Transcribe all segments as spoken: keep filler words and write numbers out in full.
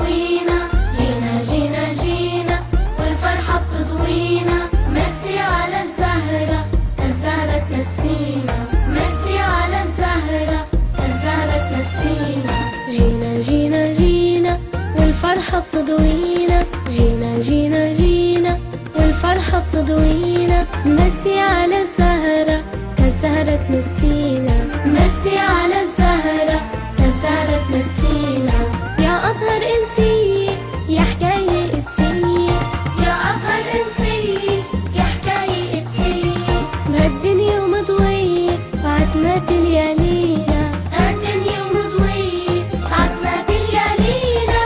بتضوينا، جينا جينا جينا والفرحة بتضوينا. مسي على الزهرة الزهرة تنسينا، مسي على الزهرة الزهرة تنسينا. جينا جينا جينا والفرحة بتضوينا، جينا جينا جينا والفرحة بتضوينا. مسي على الزهرة الزهرة تنسينا، مسي على الزهرة الزهرة تنسينا. يا أطهر إنسية يا حكاية قدسية، يا أطهر إنسية يا حكاية قدسية. بهالدنيا ومضوية وعتمات ليالينا، هالدنيا ومضوية وعتمات ليالينا.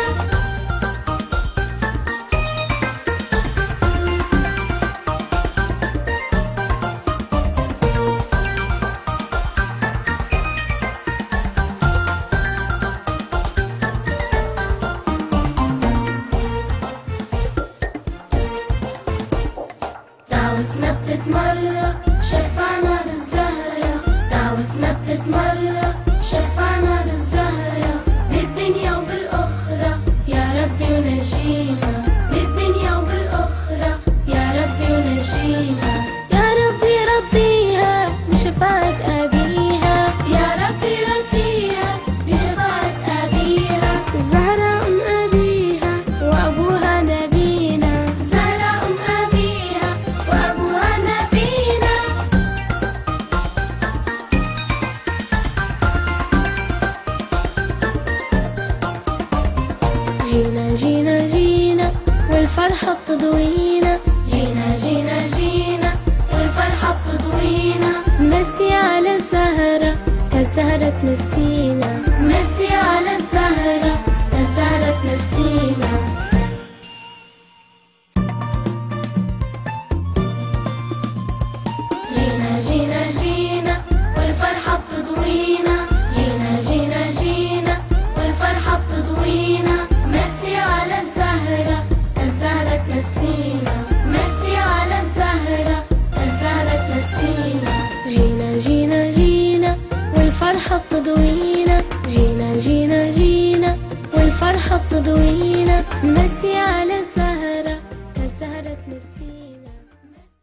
دعوتنا بتتمرة شفعنا للزهرة، دعوتنا بتتمرة شفعنا للزهرة. بالدنيا وبالأخرى يا ربي ونجينا، بالدنيا وبالأخرى يا ربي ونجينا. يا ربي رضيها بشفاعة أبيها، يا ربي رضيها بشفاعة أبيها. الزهرة أم أبيها وأبوها نبينا، الزهرة أم أبيها وأبوها نبينا. جينا جينا جينا والفرحة بتضوينا، جينا جينا جينا والفرحة بتضوينا. مسي على الزهرة الزهرة تنسينا، مسي على الزهرة الزهرة تنسينا. جينا جينا جينا والفرحة بتضوينا، جينا جينا جينا والفرحة بتضوينا. مسي على الزهرة الزهرة تنسينا، مسي على الزهرة الزهرة تنسينا. جينا جينا جينا والفرحة بتضوينا، جينا جينا جينا والفرحة بتضوينا. مسي على الزهرة